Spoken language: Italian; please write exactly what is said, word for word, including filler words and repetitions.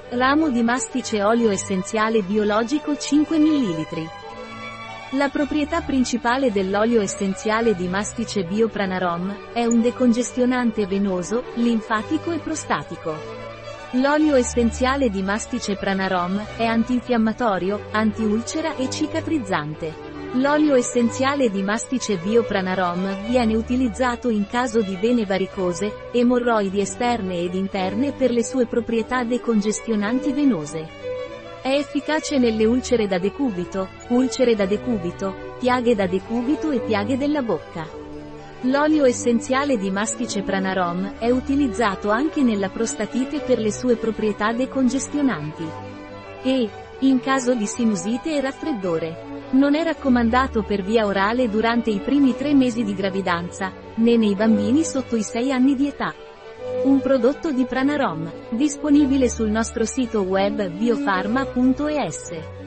Ramo di mastice olio essenziale biologico cinque millilitri. La proprietà principale dell'olio essenziale di mastice Biopranarom è un decongestionante venoso, linfatico e prostatico. L'olio essenziale di mastice Pranarom è antinfiammatorio, antiulcera e cicatrizzante. L'olio essenziale di mastice Biopranarom viene utilizzato in caso di vene varicose, emorroidi esterne ed interne per le sue proprietà decongestionanti venose. È efficace nelle ulcere da decubito, ulcere da decubito, piaghe da decubito e piaghe della bocca. L'olio essenziale di mastice Pranarom è utilizzato anche nella prostatite per le sue proprietà decongestionanti. E, in caso di sinusite e raffreddore. Non è raccomandato per via orale durante i primi tre mesi di gravidanza, né nei bambini sotto i sei anni di età. Un prodotto di Pranarom, disponibile sul nostro sito web biofarma punto es.